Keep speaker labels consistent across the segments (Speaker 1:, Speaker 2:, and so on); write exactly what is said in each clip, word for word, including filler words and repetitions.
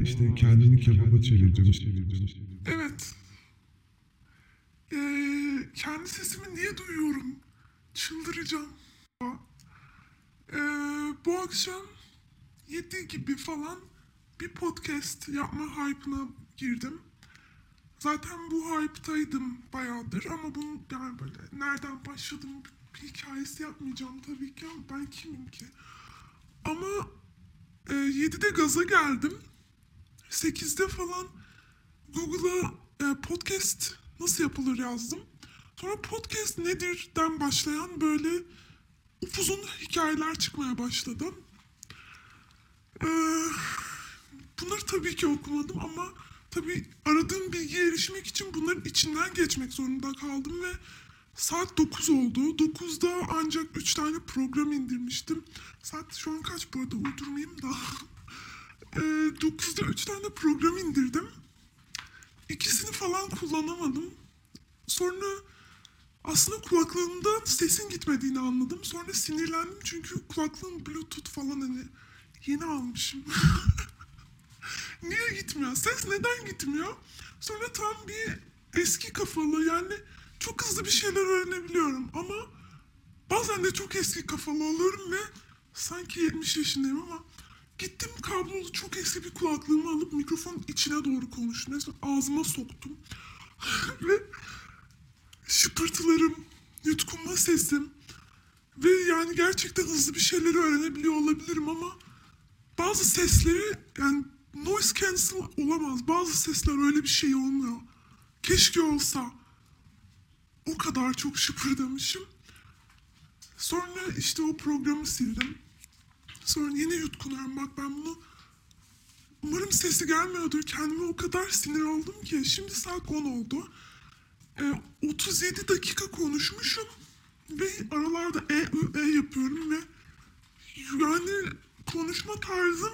Speaker 1: işte kendini kebaba çevireceğim.
Speaker 2: Evet. Ee, kendi sesimi niye duyuyorum? Çıldıracağım. Ee, bu akşam yedi gibi falan bir podcast yapma hype'ına girdim. Zaten bu hype'taydım bayağıdır ama bunu yani böyle nereden başladım bir hikayesi yapmayacağım tabii ki ama ben kimim ki? Ama e, yedide gaza geldim. sekizde falan Google'a e, podcast nasıl yapılır yazdım. Sonra podcast nedir'den başlayan böyle upuzun hikayeler çıkmaya başladı. Ee, bunları tabii ki okumadım ama tabii aradığım bilgiye erişmek için bunların içinden geçmek zorunda kaldım ve saat dokuz oldu. dokuzda ancak üç tane program indirmiştim. Saat şu an kaç bu arada uydurmayayım da. ee, dokuzda üç tane program indirdim. İkisini falan kullanamadım. Sonra aslında kulaklığımdan sesin gitmediğini anladım. Sonra sinirlendim çünkü kulaklığım Bluetooth falan hani yeni almışım. Niye gitmiyor? Ses neden gitmiyor? Sonra tam bir eski kafalı yani çok hızlı bir şeyler öğrenebiliyorum ama bazen de çok eski kafalı oluyorum ve sanki yetmiş yaşındayım ama gittim kablolu çok eski bir kulaklığımı alıp mikrofonun içine doğru konuştum. Mesela ağzıma soktum ve şıpırtılarım, yutkunma sesim ve yani gerçekten hızlı bir şeyleri öğrenebiliyor olabilirim ama bazı sesleri yani noise cancel olamaz. Bazı sesler öyle bir şey olmuyor. Keşke olsa. O kadar çok şıpırdamışım. Sonra işte o programı sildim. Sonra yine yutkunuyorum. Bak ben bunu umarım sesi gelmiyordur. Kendime o kadar sinir oldum ki. Şimdi saat on oldu. Ee, otuz yedi dakika konuşmuşum. Ve aralarda e, ı, e yapıyorum ve yani konuşma tarzım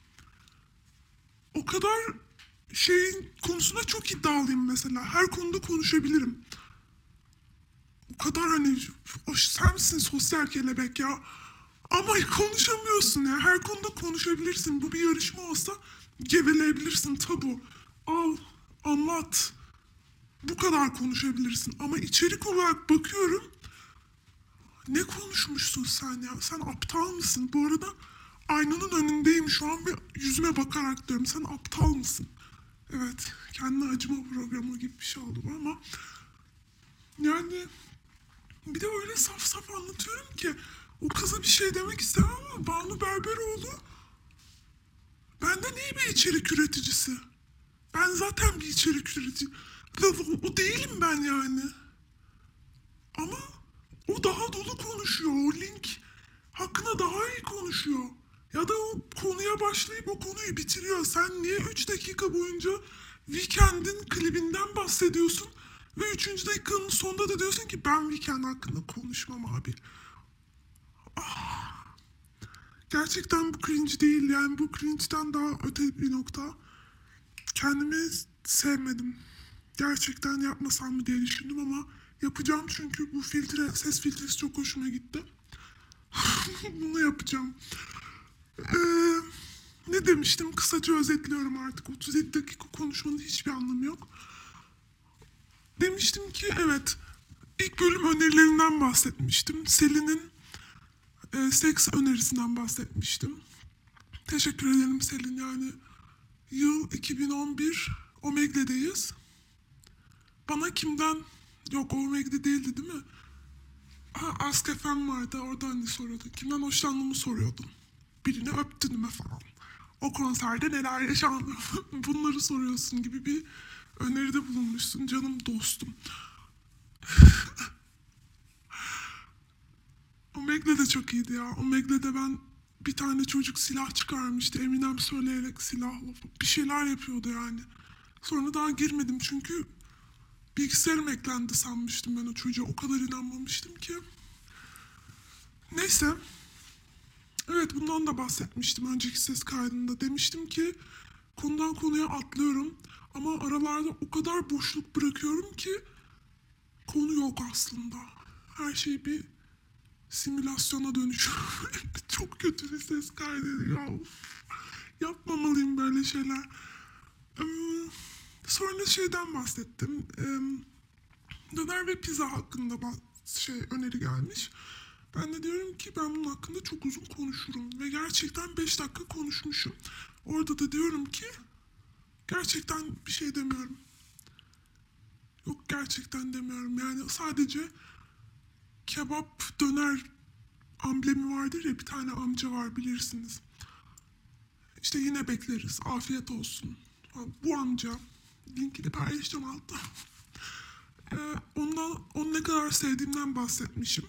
Speaker 2: o kadar şeyin konusunda çok iddialıyım mesela. Her konuda konuşabilirim. O kadar hani o sen misin sosyal kelebek ya? Ama konuşamıyorsun ya. Her konuda konuşabilirsin. Bu bir yarışma olsa geveleyebilirsin tabu. Al, anlat. Bu kadar konuşabilirsin. Ama içerik olarak bakıyorum. Ne konuşmuşsun sen ya? Sen aptal mısın? Bu arada aynanın önündeyim şu an ve yüzüme bakarak diyorum. Sen aptal mısın? Evet, kendine acıma programı gibi bir şey oldu bu ama yani bir de öyle saf saf anlatıyorum ki o kıza bir şey demek istemem ama Banu Berberoğlu benden iyi bir içerik üreticisi. Ben zaten bir içerik üretici. O değilim ben yani. Ama o daha dolu konuşuyor. O link hakkında daha iyi konuşuyor. Ya da o konuya başlayıp o konuyu bitiriyor. Sen niye üç dakika boyunca Weekend'in klibinden bahsediyorsun ve üçüncü dakikanın sonunda da diyorsun ki ben Weekend hakkında konuşmam abi. Ah, gerçekten bu cringe değil yani bu cringe'den daha öte bir nokta. Kendimi sevmedim. Gerçekten yapmasam mı diye düşündüm ama yapacağım çünkü bu filtre, ses filtresi çok hoşuma gitti. Bunu yapacağım. Ee, ne demiştim? Kısaca özetliyorum artık. otuz yedi dakika konuşmanın hiçbir anlamı yok. Demiştim ki evet, ilk bölüm önerilerinden bahsetmiştim. Selin'in e, seks önerisinden bahsetmiştim. Teşekkür ederim Selin yani. Yıl iki bin on bir, Omegle'deyiz. Bana kimden, yok Omegle'de değildi değil mi? Ha, Ask F M vardı, orada hani soruyordu. Kimden hoşlandığımı soruyordum. Birini öptün mü falan. O konserde neler yaşandı bunları soruyorsun gibi bir öneride bulunmuşsun canım dostum. Omegle de çok iyiydi ya. Omegle'de ben bir tane çocuk silah çıkarmıştı. Eminem söyleyerek silahla bir şeyler yapıyordu yani. Sonra daha girmedim çünkü bilgisayarım eklendi sanmıştım ben o çocuğa. O kadar inanmamıştım ki. Neyse. Evet bundan da bahsetmiştim önceki ses kaydında. Demiştim ki konudan konuya atlıyorum. Ama aralarda o kadar boşluk bırakıyorum ki konu yok aslında. Her şey bir simülasyona dönüşüyor. Çok kötü bir ses kaydı ya. Yapmamalıyım böyle böyle şeyler. Im, Sonra şeyden bahsettim. Im, Döner ve pizza hakkında ba- şey öneri gelmiş. Ben de diyorum ki ben bunun hakkında çok uzun konuşurum. Ve gerçekten beş dakika konuşmuşum. Orada da diyorum ki gerçekten bir şey demiyorum. Yok, gerçekten demiyorum. Yani sadece kebap döner amblemi vardır ya, bir tane amca var bilirsiniz. İşte yine bekleriz. Afiyet olsun. Bu amca, linkini paylaşacağım altta. Ee, ondan, onu ne kadar sevdiğimden bahsetmişim.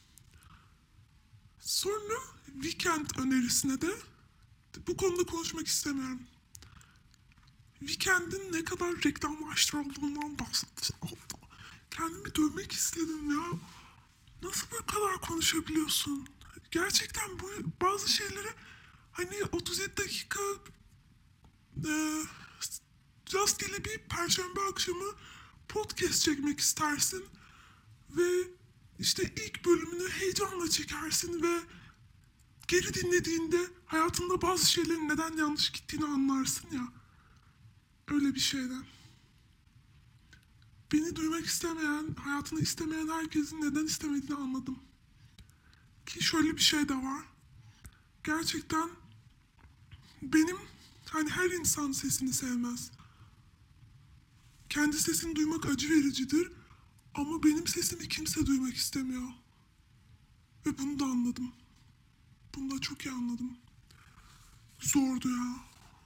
Speaker 2: Sonra Weekend önerisine de bu konuda konuşmak istemiyorum. Weekend'in ne kadar reklamlaştırıldığından bahsettim altta. Kendimi dövmek istedim ya. Nasıl bu kadar konuşabiliyorsun? Gerçekten bu bazı şeyleri hani otuz yedi dakika e, rastgele bir perşembe akşamı podcast çekmek istersin ve işte ilk bölümünü heyecanla çekersin ve geri dinlediğinde hayatında bazı şeylerin neden yanlış gittiğini anlarsın ya. Öyle bir şeyden. Beni duymak istemeyen, hayatını istemeyen herkesin neden istemediğini anladım. Ki şöyle bir şey de var. Gerçekten benim, hani her insan sesini sevmez. Kendi sesini duymak acı vericidir. Ama benim sesimi kimse duymak istemiyor. Ve bunu da anladım. Bunu da çok iyi anladım. Zordu ya.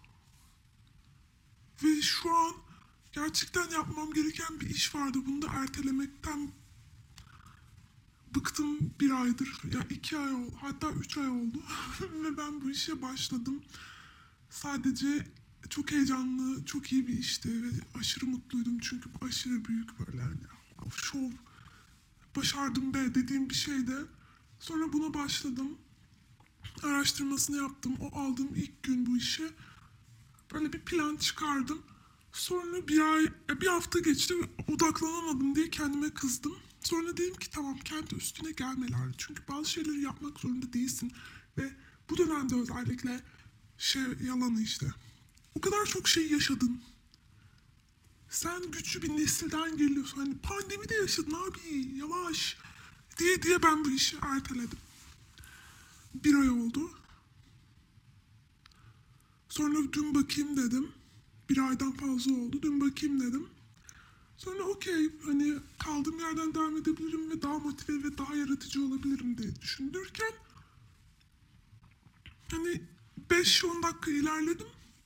Speaker 2: Ve şu an gerçekten yapmam gereken bir iş vardı. Bunu da ertelemekten bıktım bir aydır. Ya iki ay oldu. Hatta üç ay oldu. Ve ben bu işe başladım. Sadece çok heyecanlı, çok iyi bir işti. Ve aşırı mutluydum. Çünkü bu aşırı büyük böyle yani. Şov. Başardım be dediğim bir şeydi. Sonra buna başladım. Araştırmasını yaptım. O aldığım ilk gün bu işe böyle bir plan çıkardım. Sonra bir ay, bir hafta geçti ve odaklanamadım diye kendime kızdım. Sonra dedim ki tamam, kendi üstüne gelmeler. Çünkü bazı şeyleri yapmak zorunda değilsin. Ve bu dönemde özellikle şey yalanı işte. O kadar çok şey yaşadın. Sen güçlü bir nesilden geliyorsun. Hani pandemi de yaşadın abi, yavaş diye diye ben bu işi erteledim. Bir ay oldu. Sonra dün bakayım dedim. Bir aydan fazla oldu. Dün bakayım dedim. Sonra okey, hani kaldığım yerden devam edebilirim ve daha motive ve daha yaratıcı olabilirim diye düşündürken hani beş on dakika ilerledim.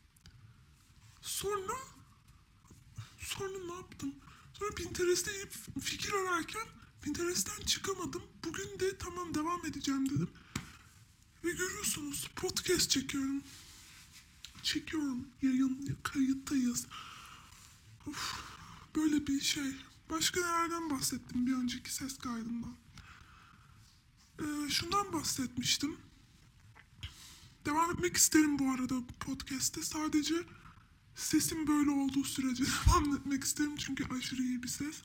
Speaker 2: Sonra sonra ne yaptım? Sonra Pinterest'te fikir ararken Pinterest'ten çıkamadım. Bugün de tamam devam edeceğim dedim. Ve görüyorsunuz podcast çekiyorum. Çekiyorum. Yayın, kayıttayız. Of, böyle bir şey. Başka nelerden bahsettim bir önceki ses kaydından. Ee, şundan bahsetmiştim. Devam etmek isterim bu arada podcast'te. Sadece sesim böyle olduğu sürece devam etmek isterim. Çünkü aşırı iyi bir ses.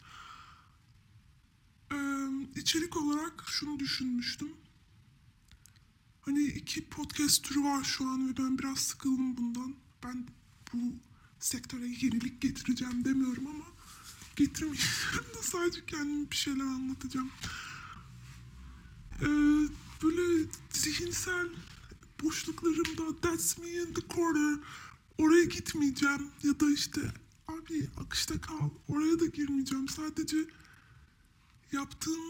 Speaker 2: Ee, içerik olarak şunu düşünmüştüm. Hani iki podcast türü var şu an ve ben biraz sıkıldım bundan. Ben bu sektöre yenilik getireceğim demiyorum ama getirmeyeceğim de sadece kendim bir şeyler anlatacağım. Ee, böyle zihinsel boşluklarımda that's me in the corner, oraya gitmeyeceğim ya da işte abi akışta kal, oraya da girmeyeceğim. Sadece yaptığım,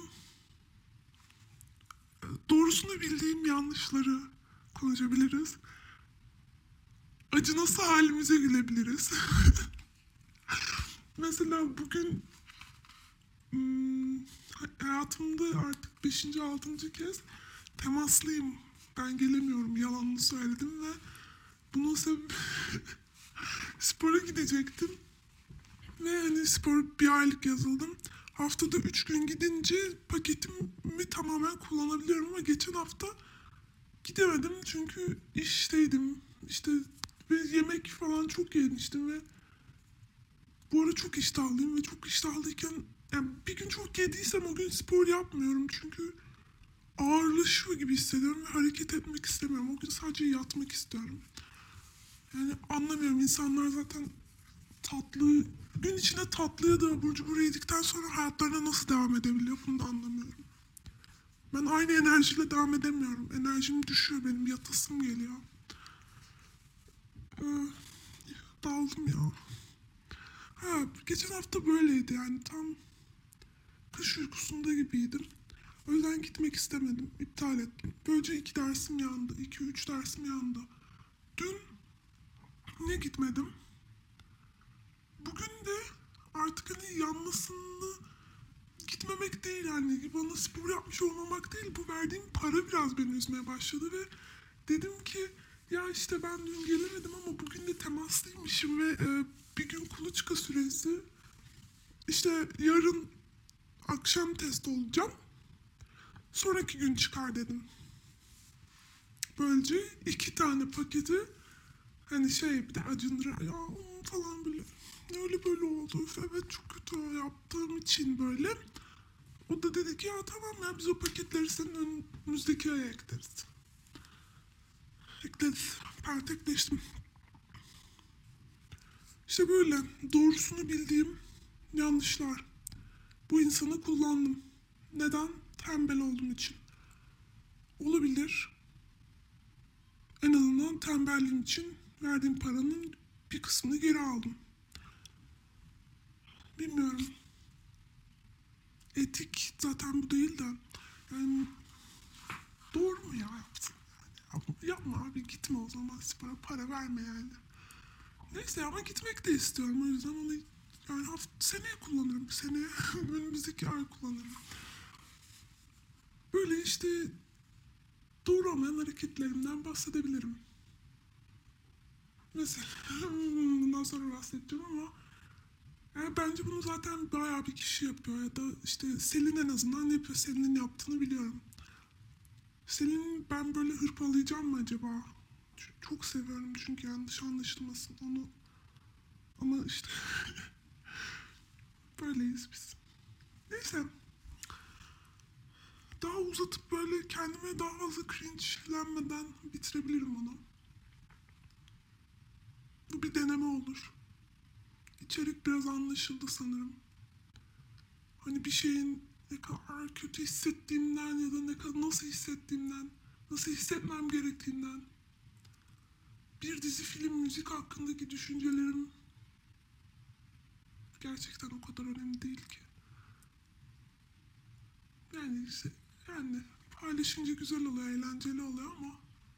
Speaker 2: doğrusunu bildiğim yanlışları konuşabiliriz. Acınası halimize gülebiliriz. Mesela bugün hmm, hayatımda artık beşinci, altıncı kez temaslıyım. Ben gelemiyorum, yalanını söyledim ve bunun sebebi spora gidecektim. Ve hani spor bir aylık yazıldım. Haftada üç gün gidince paketimi tamamen kullanabiliyorum ama geçen hafta gidemedim çünkü işteydim. İşte ve yemek falan çok yemiştim ve bu ara çok iştahlıyım ve çok iştahlıyken yani bir gün çok yediysem o gün spor yapmıyorum çünkü ağırlaşıyor gibi hissediyorum ve hareket etmek istemiyorum. O gün sadece yatmak istiyorum. Yani anlamıyorum, insanlar zaten tatlı, gün içinde tatlı ya da abur cubur yedikten sonra hayatlarına nasıl devam edebiliyor bunu da anlamıyorum. Ben aynı enerjiyle devam edemiyorum. Enerjim düşüyor benim, yatasım geliyor. Ee, daldım ya. Ha, geçen hafta böyleydi yani, tam kış uykusunda gibiydim. O yüzden gitmek istemedim, iptal ettim. Böylece iki dersim yandı, iki üç dersim yandı. Dün ne gitmedim? Bugün de artık hani yanmasını gitmemek değil, yani bana spor yapmış olmamak değil, bu verdiğim para biraz beni üzmeye başladı ve dedim ki ya işte ben dün gelemedim ama bugün de temaslıymışım ve e, bir gün kuluçka süresi, işte yarın akşam test olacağım, sonraki gün çıkar dedim. Böylece iki tane paketi, hani şey, bir de acındıra ya falan böyle, öyle böyle oldu. Üf, evet çok kötü o yaptığım için böyle. O da dedi ki ya tamam ya, biz o paketleri senin önümüzdeki aya ekleriz. Ekleriz. Pertekleştim. İşte böyle doğrusunu bildiğim yanlışlar. Bu insanı kullandım. Neden? Tembel olduğum için. Olabilir. En azından tembelliğim için verdiğim paranın bir kısmını geri aldım. Bilmiyorum. Etik zaten bu değil de. Yani doğru mu ya yaptın? Yani yapma abi, gitme o zaman spora, para verme yani. Neyse ama gitmek de istiyorum, o yüzden onu yani hafta, seneye kullanırım. Seneye önümüzdeki ay kullanırım. Böyle işte doğru olmayan hareketlerimden bahsedebilirim. Mesela bundan sonra bahsedeceğim ama yani bence bunu zaten bayağı bir kişi yapıyor ya da işte Selin en azından yapıyor. Selin'in yaptığını biliyorum. Selin, ben böyle hırpalayacağım mı acaba? Ç- Çok seviyorum çünkü, yanlış anlaşılmasın onu. Ama işte böyleyiz biz. Neyse. Daha uzatıp böyle kendime daha fazla cringe'lenmeden bitirebilirim onu. Bu bir deneme olur. İçerik biraz anlaşıldı sanırım. Hani bir şeyin ne kadar kötü hissettiğimden ya da ne kadar nasıl hissettiğimden, nasıl hissetmem gerektiğinden, bir dizi, film, müzik hakkındaki düşüncelerim gerçekten o kadar önemli değil ki. Yani işte, yani paylaşınca güzel oluyor, eğlenceli oluyor ama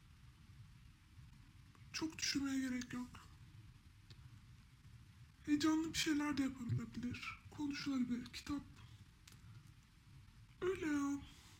Speaker 2: çok düşünmeye gerek yok. Heyecanlı bir şeyler de yapılabilir, konuşulabilir, kitap. Öyle ya.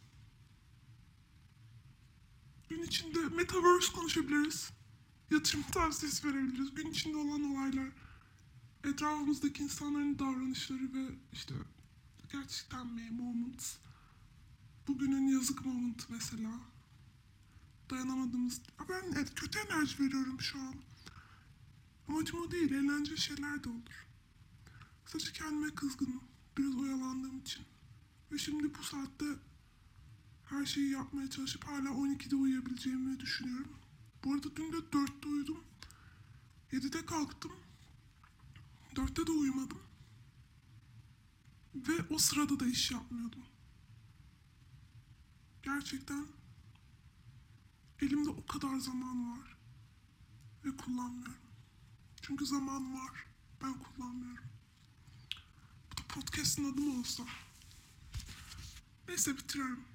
Speaker 2: Gün içinde Metaverse konuşabiliriz. Yatırım tavsiyesi verebiliriz. Gün içinde olan olaylar, etrafımızdaki insanların davranışları ve işte gerçekten mi moments. Bugünün yazık moment mesela. Dayanamadığımız... Ben evet, kötü enerji veriyorum şu an. Amacım o değil, eğlenceli şeyler de olur. Sadece kendime kızgınım. Biraz oyalandığım için. Ve şimdi bu saatte her şeyi yapmaya çalışıp hala on ikide uyuyabileceğimi düşünüyorum. Bu arada dün de dörtte uyudum. yedide kalktım. dörtte de uyumadım. Ve o sırada da iş yapmıyordum. Gerçekten elimde o kadar zaman var. Ve kullanmıyorum. Çünkü zaman var. Ben kullanmıyorum. Bu da podcast'ın adı mı olsa? Neyse, bitiriyorum.